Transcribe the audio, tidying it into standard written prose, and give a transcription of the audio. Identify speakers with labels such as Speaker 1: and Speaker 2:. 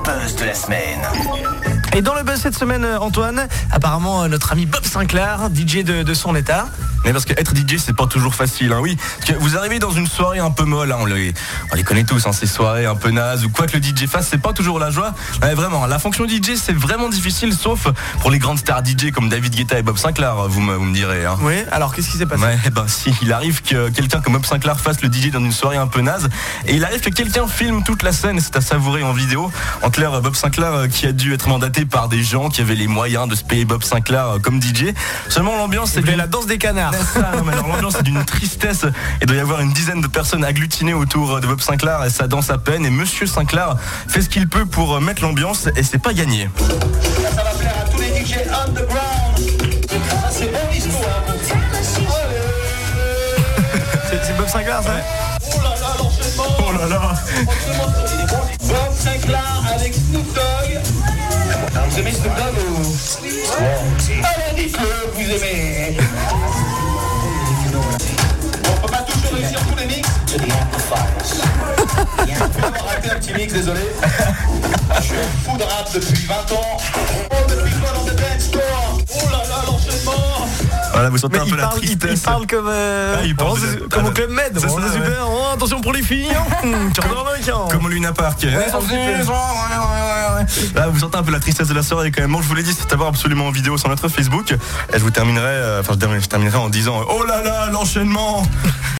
Speaker 1: buzz de la semaine.
Speaker 2: Et dans le buzz cette semaine, Antoine, apparemment notre ami Bob Sinclair, DJ de son état.
Speaker 3: Mais parce qu'être DJ c'est pas toujours facile, hein, oui. Parce que vous arrivez dans une soirée un peu molle, hein, on les connaît tous, hein, ces soirées un peu nazes ou quoi que le DJ fasse, c'est pas toujours la joie. Ouais, vraiment, la fonction DJ c'est vraiment difficile, sauf pour les grandes stars DJ comme David Guetta et Bob Sinclair, vous me direz. Hein.
Speaker 2: Oui, alors qu'est-ce qui s'est passé?
Speaker 3: Ouais, si, il arrive que quelqu'un comme Bob Sinclair fasse le DJ dans une soirée un peu naze, et il arrive que quelqu'un filme toute la scène, c'est à savourer en vidéo. En clair, Bob Sinclair qui a dû être mandaté par des gens qui avaient les moyens de se payer Bob Sinclair comme DJ. Seulement l'ambiance c'est
Speaker 2: la danse des canards.
Speaker 3: L'ambiance est d'une tristesse. Il doit y avoir une dizaine de personnes agglutinées autour de Bob Sinclair et ça danse à peine. Et Monsieur Sinclair fait ce qu'il peut pour mettre l'ambiance et c'est pas gagné.
Speaker 4: Ça va plaire à tous les DJ underground. Ça c'est bon l'histoire.
Speaker 2: C'est Bob Sinclair ça?
Speaker 4: Oh là là, l'enchaînement.
Speaker 3: Oh là là.
Speaker 4: Bob Sinclair avec Snoop Dogg. Vous aimez Snoop Dogg ou... Allez, dites-le, vous aimez. On peut pas toujours réussir tous les mix. On va rater un petit mix, désolé. Je suis fou de rap depuis 20 ans. Oh, depuis quoi dans the dance floor. Oh là là, l'enchaînement.
Speaker 3: Voilà, vous sentez
Speaker 2: Mais
Speaker 3: un peu la tristesse.
Speaker 2: il parle comme comme au Club Med.
Speaker 3: C'est ça,
Speaker 2: super. Oh, attention pour les filles.
Speaker 3: Comme au Luna Park. Là, vous sentez un peu la tristesse de la soirée quand même. Moi, je vous l'ai dit, c'est à voir absolument en vidéo sur notre Facebook. Et je terminerai en disant oh là là, l'enchaînement.